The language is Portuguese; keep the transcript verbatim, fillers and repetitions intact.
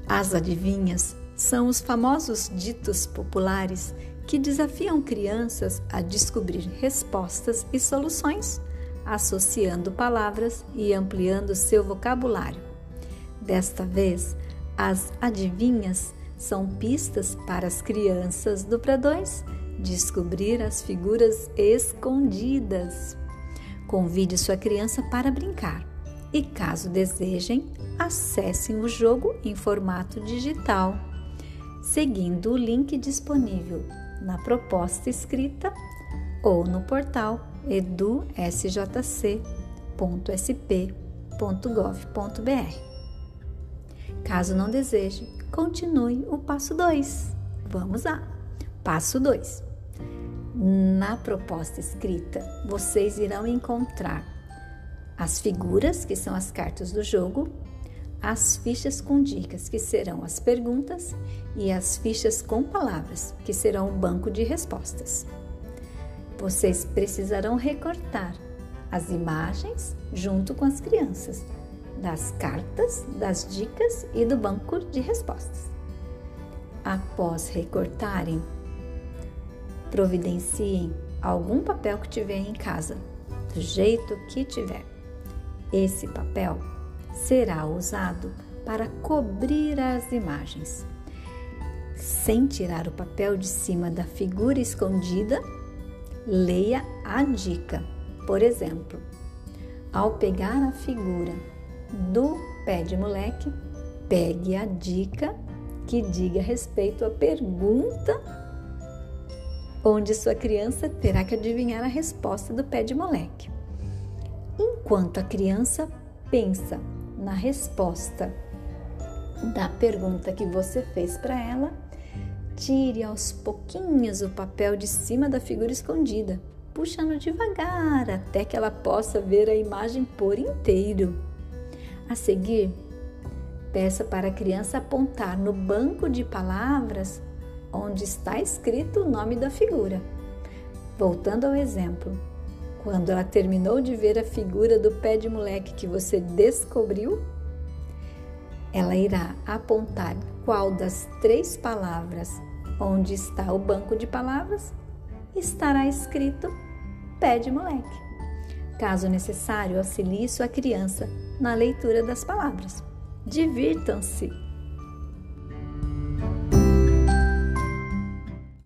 As adivinhas são os famosos ditos populares que desafiam crianças a descobrir respostas e soluções, associando palavras e ampliando seu vocabulário. Desta vez, as adivinhas são pistas para as crianças do pré dois descobrir as figuras escondidas. Convide sua criança para brincar e, caso desejem, acessem o jogo em formato digital, seguindo o link disponível na proposta escrita ou no portal edu s j c ponto s p ponto gov ponto b r. Caso não deseje, continue o passo dois. Vamos lá! Passo dois. Na proposta escrita, vocês irão encontrar as figuras, que são as cartas do jogo, as fichas com dicas, que serão as perguntas, e as fichas com palavras, que serão o banco de respostas. Vocês precisarão recortar as imagens junto com as crianças, das cartas, das dicas e do banco de respostas. Após recortarem, providenciem algum papel que tiver em casa, do jeito que tiver. Esse papel será usado para cobrir as imagens. Sem tirar o papel de cima da figura escondida, leia a dica. Por exemplo, ao pegar a figura do pé de moleque, pegue a dica que diga respeito à pergunta, onde sua criança terá que adivinhar a resposta do pé de moleque. Enquanto a criança pensa na resposta da pergunta que você fez para ela, tire aos pouquinhos o papel de cima da figura escondida, puxando devagar até que ela possa ver a imagem por inteiro. A seguir, peça para a criança apontar no banco de palavras onde está escrito o nome da figura. Voltando ao exemplo, quando ela terminou de ver a figura do pé de moleque que você descobriu, ela irá apontar qual das três palavras onde está o banco de palavras estará escrito pé de moleque. Caso necessário, auxilie sua criança na leitura das palavras. Divirtam-se!